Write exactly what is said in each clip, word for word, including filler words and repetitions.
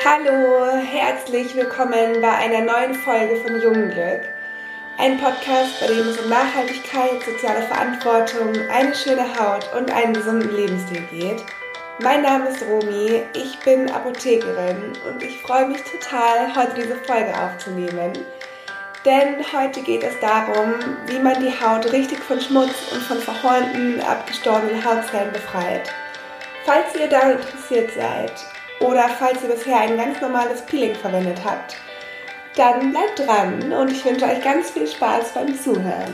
Hallo, herzlich willkommen bei einer neuen Folge von Jungglück. Ein Podcast, bei dem es um Nachhaltigkeit, soziale Verantwortung, eine schöne Haut und einen gesunden Lebensstil geht. Mein Name ist Romy, ich bin Apothekerin und ich freue mich total, heute diese Folge aufzunehmen. Denn heute geht es darum, wie man die Haut richtig von Schmutz und von verhornten, abgestorbenen Hautzellen befreit. Falls ihr daran interessiert seid oder falls ihr bisher ein ganz normales Peeling verwendet habt, dann bleibt dran und ich wünsche euch ganz viel Spaß beim Zuhören.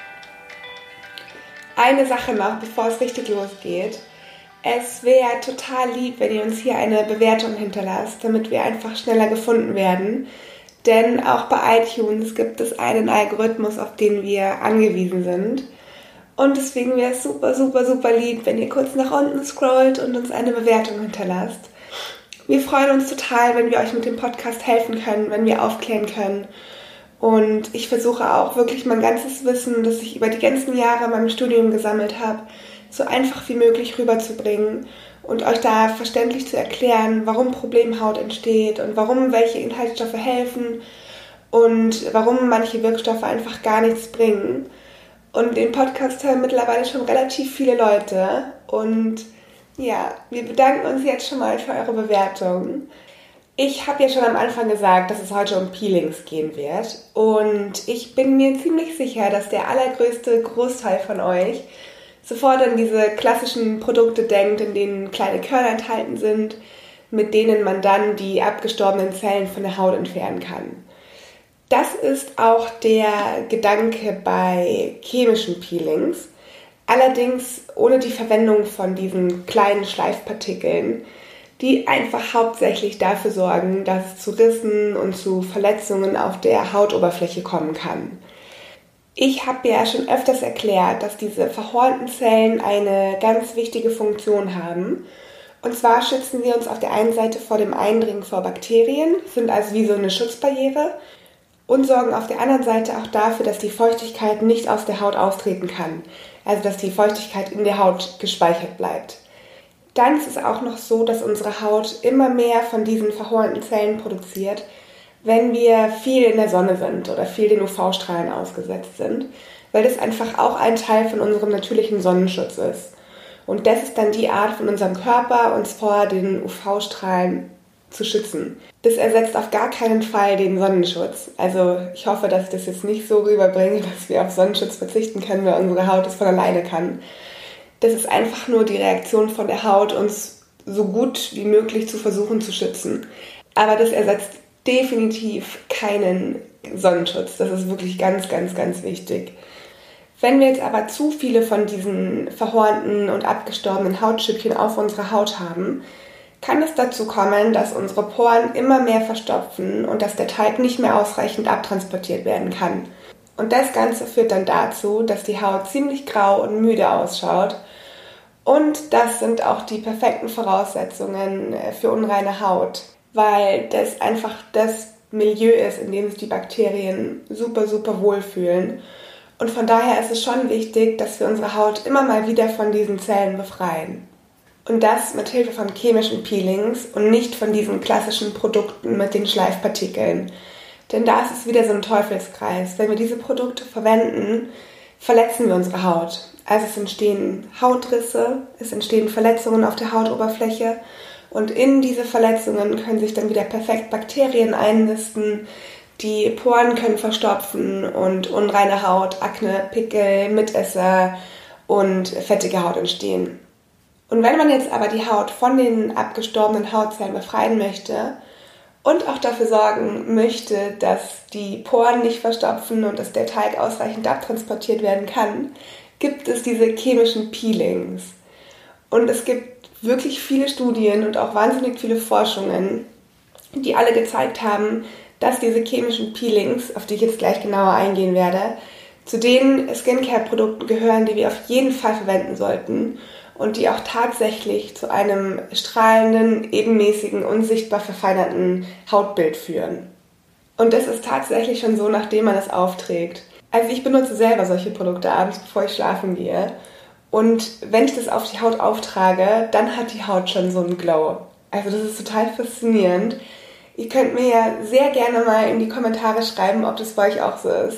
Eine Sache noch, bevor es richtig losgeht. Es wäre total lieb, wenn ihr uns hier eine Bewertung hinterlasst, damit wir einfach schneller gefunden werden. Denn auch bei iTunes gibt es einen Algorithmus, auf den wir angewiesen sind. Und deswegen wäre es super, super, super lieb, wenn ihr kurz nach unten scrollt und uns eine Bewertung hinterlasst. Wir freuen uns total, wenn wir euch mit dem Podcast helfen können, wenn wir aufklären können. Und ich versuche auch wirklich mein ganzes Wissen, das ich über die ganzen Jahre in meinem Studium gesammelt habe, so einfach wie möglich rüberzubringen und euch da verständlich zu erklären, warum Problemhaut entsteht und warum welche Inhaltsstoffe helfen und warum manche Wirkstoffe einfach gar nichts bringen. Und den Podcast hören mittlerweile schon relativ viele Leute und ja, wir bedanken uns jetzt schon mal für eure Bewertung. Ich habe ja schon am Anfang gesagt, dass es heute um Peelings gehen wird und ich bin mir ziemlich sicher, dass der allergrößte Großteil von euch sofort an diese klassischen Produkte denkt, in denen kleine Körner enthalten sind, mit denen man dann die abgestorbenen Zellen von der Haut entfernen kann. Das ist auch der Gedanke bei chemischen Peelings, allerdings ohne die Verwendung von diesen kleinen Schleifpartikeln, die einfach hauptsächlich dafür sorgen, dass es zu Rissen und zu Verletzungen auf der Hautoberfläche kommen kann. Ich habe ja schon öfters erklärt, dass diese verhornten Zellen eine ganz wichtige Funktion haben. Und zwar schützen sie uns auf der einen Seite vor dem Eindringen von Bakterien, sind also wie so eine Schutzbarriere und sorgen auf der anderen Seite auch dafür, dass die Feuchtigkeit nicht aus der Haut austreten kann. Also dass die Feuchtigkeit in der Haut gespeichert bleibt. Dann ist es auch noch so, dass unsere Haut immer mehr von diesen verhornten Zellen produziert, wenn wir viel in der Sonne sind oder viel den U V-Strahlen ausgesetzt sind, weil das einfach auch ein Teil von unserem natürlichen Sonnenschutz ist. Und das ist dann die Art von unserem Körper, uns vor den U V-Strahlen zu schützen. Das ersetzt auf gar keinen Fall den Sonnenschutz. Also ich hoffe, dass ich das jetzt nicht so rüberbringe, dass wir auf Sonnenschutz verzichten können, weil unsere Haut das von alleine kann. Das ist einfach nur die Reaktion von der Haut, uns so gut wie möglich zu versuchen zu schützen. Aber das ersetzt definitiv keinen Sonnenschutz. Das ist wirklich ganz, ganz, ganz wichtig. Wenn wir jetzt aber zu viele von diesen verhornten und abgestorbenen Hautstückchen auf unserer Haut haben, kann es dazu kommen, dass unsere Poren immer mehr verstopfen und dass der Talg nicht mehr ausreichend abtransportiert werden kann. Und das Ganze führt dann dazu, dass die Haut ziemlich grau und müde ausschaut. Und das sind auch die perfekten Voraussetzungen für unreine Haut, weil das einfach das Milieu ist, in dem sich die Bakterien super, super wohlfühlen. Und von daher ist es schon wichtig, dass wir unsere Haut immer mal wieder von diesen Zellen befreien. Und das mit Hilfe von chemischen Peelings und nicht von diesen klassischen Produkten mit den Schleifpartikeln. Denn da ist es wieder so ein Teufelskreis. Wenn wir diese Produkte verwenden, verletzen wir unsere Haut. Also es entstehen Hautrisse, es entstehen Verletzungen auf der Hautoberfläche und in diese Verletzungen können sich dann wieder perfekt Bakterien einnisten, die Poren können verstopfen und unreine Haut, Akne, Pickel, Mitesser und fettige Haut entstehen. Und wenn man jetzt aber die Haut von den abgestorbenen Hautzellen befreien möchte und auch dafür sorgen möchte, dass die Poren nicht verstopfen und dass der Talg ausreichend abtransportiert werden kann, gibt es diese chemischen Peelings. Und es gibt wirklich viele Studien und auch wahnsinnig viele Forschungen, die alle gezeigt haben, dass diese chemischen Peelings, auf die ich jetzt gleich genauer eingehen werde, zu den Skincare-Produkten gehören, die wir auf jeden Fall verwenden sollten und die auch tatsächlich zu einem strahlenden, ebenmäßigen und sichtbar verfeinerten Hautbild führen. Und das ist tatsächlich schon so, nachdem man es aufträgt. Also ich benutze selber solche Produkte abends, bevor ich schlafen gehe. Und wenn ich das auf die Haut auftrage, dann hat die Haut schon so einen Glow. Also das ist total faszinierend. Ihr könnt mir ja sehr gerne mal in die Kommentare schreiben, ob das bei euch auch so ist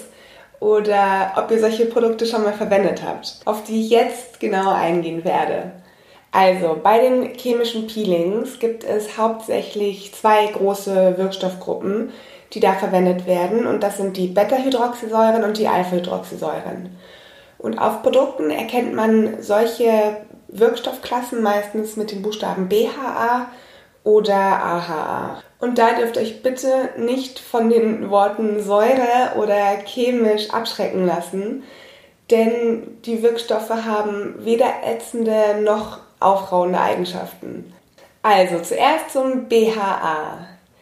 oder ob ihr solche Produkte schon mal verwendet habt, auf die ich jetzt genauer eingehen werde. Also, bei den chemischen Peelings gibt es hauptsächlich zwei große Wirkstoffgruppen, die da verwendet werden, und das sind die Beta-Hydroxysäuren und die Alpha-Hydroxysäuren. Und auf Produkten erkennt man solche Wirkstoffklassen meistens mit den Buchstaben B H A oder A H A. Und da dürft ihr euch bitte nicht von den Worten Säure oder chemisch abschrecken lassen, denn die Wirkstoffe haben weder ätzende noch aufrauende Eigenschaften. Also zuerst zum B H A.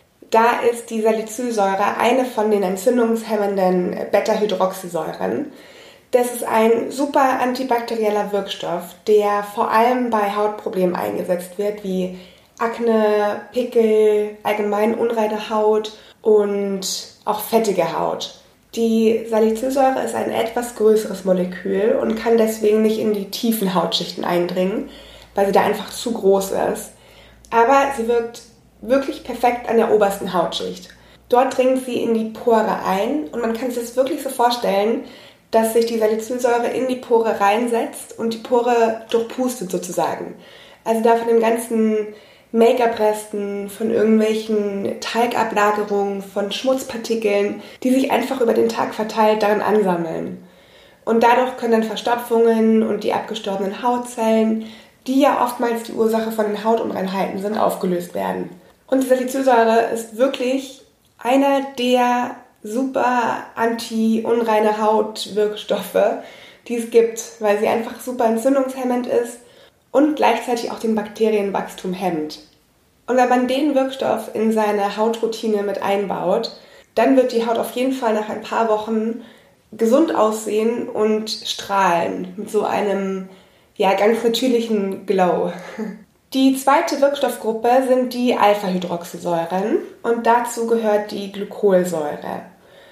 Da ist die Salicylsäure eine von den entzündungshemmenden Beta-Hydroxysäuren. Das ist ein super antibakterieller Wirkstoff, der vor allem bei Hautproblemen eingesetzt wird, wie Akne, Pickel, allgemein unreine Haut und auch fettige Haut. Die Salicylsäure ist ein etwas größeres Molekül und kann deswegen nicht in die tiefen Hautschichten eindringen, weil sie da einfach zu groß ist. Aber sie wirkt wirklich perfekt an der obersten Hautschicht. Dort dringt sie in die Pore ein und man kann sich das wirklich so vorstellen, dass sich die Salicylsäure in die Pore reinsetzt und die Pore durchpustet sozusagen. Also da von dem ganzen Make-up-Resten, von irgendwelchen Talgablagerungen, von Schmutzpartikeln, die sich einfach über den Tag verteilt darin ansammeln. Und dadurch können dann Verstopfungen und die abgestorbenen Hautzellen, die ja oftmals die Ursache von den Hautunreinheiten sind, aufgelöst werden. Und die Salicylsäure ist wirklich einer der super anti-unreine Haut-Wirkstoffe, die es gibt, weil sie einfach super entzündungshemmend ist und gleichzeitig auch den Bakterienwachstum hemmt. Und wenn man den Wirkstoff in seine Hautroutine mit einbaut, dann wird die Haut auf jeden Fall nach ein paar Wochen gesund aussehen und strahlen mit so einem ja, ganz natürlichen Glow. Die zweite Wirkstoffgruppe sind die Alpha-Hydroxysäuren und dazu gehört die Glykolsäure.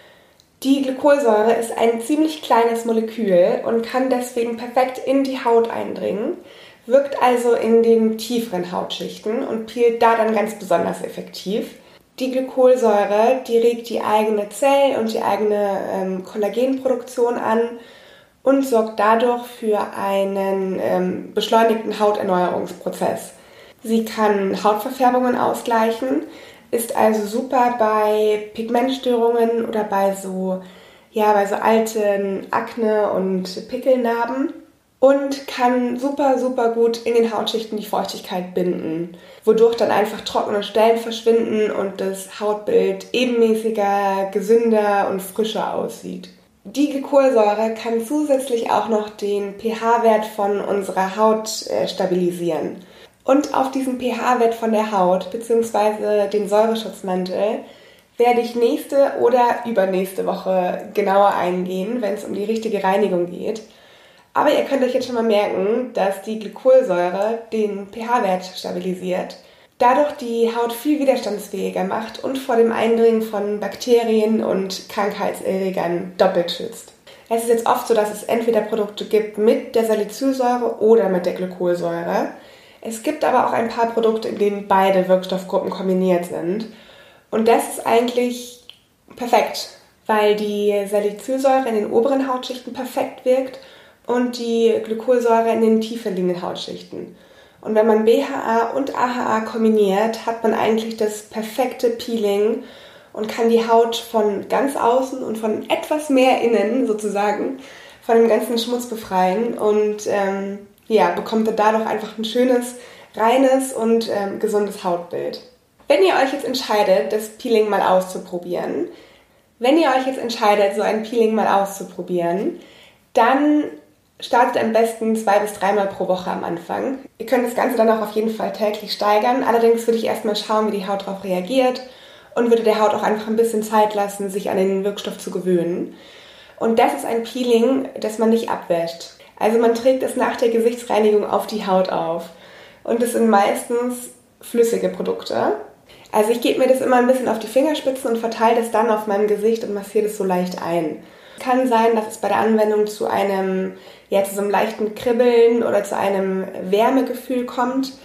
Die Glykolsäure ist ein ziemlich kleines Molekül und kann deswegen perfekt in die Haut eindringen, wirkt also in den tieferen Hautschichten und peelt da dann ganz besonders effektiv. Die Glykolsäure, die regt die eigene Zell- und die eigene ähm, Kollagenproduktion an und sorgt dadurch für einen ähm, beschleunigten Hauterneuerungsprozess. Sie kann Hautverfärbungen ausgleichen, ist also super bei Pigmentstörungen oder bei so, ja, bei so alten Akne- und Pickelnarben und kann super, super gut in den Hautschichten die Feuchtigkeit binden, wodurch dann einfach trockene Stellen verschwinden und das Hautbild ebenmäßiger, gesünder und frischer aussieht. Die Glykolsäure kann zusätzlich auch noch den pH-Wert von unserer Haut äh, stabilisieren. Und auf diesen pH-Wert von der Haut bzw. den Säureschutzmantel werde ich nächste oder übernächste Woche genauer eingehen, wenn es um die richtige Reinigung geht. Aber ihr könnt euch jetzt schon mal merken, dass die Glykolsäure den pH-Wert stabilisiert, dadurch die Haut viel widerstandsfähiger macht und vor dem Eindringen von Bakterien und Krankheitserregern doppelt schützt. Es ist jetzt oft so, dass es entweder Produkte gibt mit der Salicylsäure oder mit der Glykolsäure. Es gibt aber auch ein paar Produkte, in denen beide Wirkstoffgruppen kombiniert sind. Und das ist eigentlich perfekt, weil die Salicylsäure in den oberen Hautschichten perfekt wirkt und die Glykolsäure in den tiefer liegenden Hautschichten. Und wenn man B H A und A H A kombiniert, hat man eigentlich das perfekte Peeling und kann die Haut von ganz außen und von etwas mehr innen sozusagen von dem ganzen Schmutz befreien und ähm, ja, bekommt dadurch einfach ein schönes, reines und ähm, gesundes Hautbild. Wenn ihr euch jetzt entscheidet, das Peeling mal auszuprobieren, wenn ihr euch jetzt entscheidet, so ein Peeling mal auszuprobieren, dann startet am besten zwei bis dreimal pro Woche am Anfang. Ihr könnt das Ganze dann auch auf jeden Fall täglich steigern. Allerdings würde ich erstmal schauen, wie die Haut darauf reagiert und würde der Haut auch einfach ein bisschen Zeit lassen, sich an den Wirkstoff zu gewöhnen. Und das ist ein Peeling, das man nicht abwäscht. Also man trägt es nach der Gesichtsreinigung auf die Haut auf. Und es sind meistens flüssige Produkte. Also ich gebe mir das immer ein bisschen auf die Fingerspitzen und verteile das dann auf meinem Gesicht und massiere das so leicht ein. Es kann sein, dass es bei der Anwendung zu einem, ja, zu so einem leichten Kribbeln oder zu einem Wärmegefühl kommt.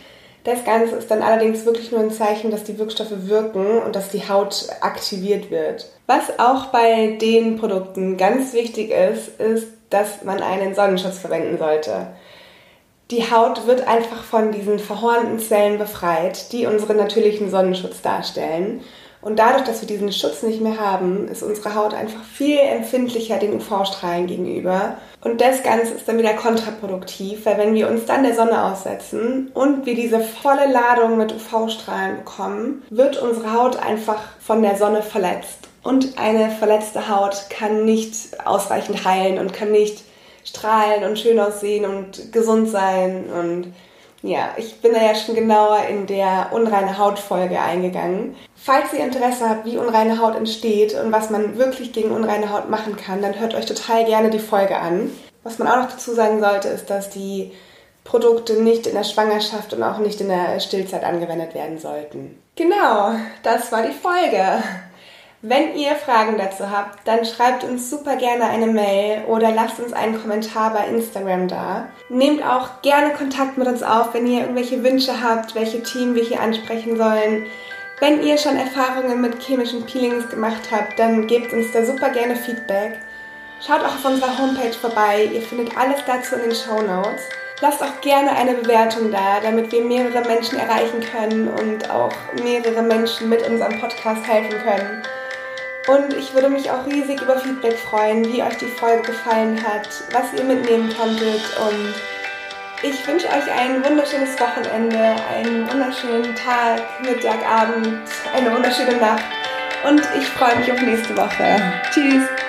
Das Ganze ist dann allerdings wirklich nur ein Zeichen, dass die Wirkstoffe wirken und dass die Haut aktiviert wird. Was auch bei den Produkten ganz wichtig ist, ist, dass man einen Sonnenschutz verwenden sollte. Die Haut wird einfach von diesen verhornten Zellen befreit, die unseren natürlichen Sonnenschutz darstellen. Und dadurch, dass wir diesen Schutz nicht mehr haben, ist unsere Haut einfach viel empfindlicher den U V-Strahlen gegenüber. Und das Ganze ist dann wieder kontraproduktiv, weil wenn wir uns dann der Sonne aussetzen und wir diese volle Ladung mit U V-Strahlen bekommen, wird unsere Haut einfach von der Sonne verletzt. Und eine verletzte Haut kann nicht ausreichend heilen und kann nicht strahlen und schön aussehen und gesund sein. Und ja, ich bin da ja schon genauer in der unreine Haut-Folge eingegangen. Falls ihr Interesse habt, wie unreine Haut entsteht und was man wirklich gegen unreine Haut machen kann, dann hört euch total gerne die Folge an. Was man auch noch dazu sagen sollte, ist, dass die Produkte nicht in der Schwangerschaft und auch nicht in der Stillzeit angewendet werden sollten. Genau, das war die Folge. Wenn ihr Fragen dazu habt, dann schreibt uns super gerne eine Mail oder lasst uns einen Kommentar bei Instagram da. Nehmt auch gerne Kontakt mit uns auf, wenn ihr irgendwelche Wünsche habt, welche Themen wir hier ansprechen sollen. Wenn ihr schon Erfahrungen mit chemischen Peelings gemacht habt, dann gebt uns da super gerne Feedback. Schaut auch auf unserer Homepage vorbei, ihr findet alles dazu in den Shownotes. Lasst auch gerne eine Bewertung da, damit wir mehrere Menschen erreichen können und auch mehrere Menschen mit unserem Podcast helfen können. Und ich würde mich auch riesig über Feedback freuen, wie euch die Folge gefallen hat, was ihr mitnehmen konntet. Und ich wünsche euch ein wunderschönes Wochenende, einen wunderschönen Tag, Mittag, Abend, eine wunderschöne Nacht. Und ich freue mich auf nächste Woche. Tschüss!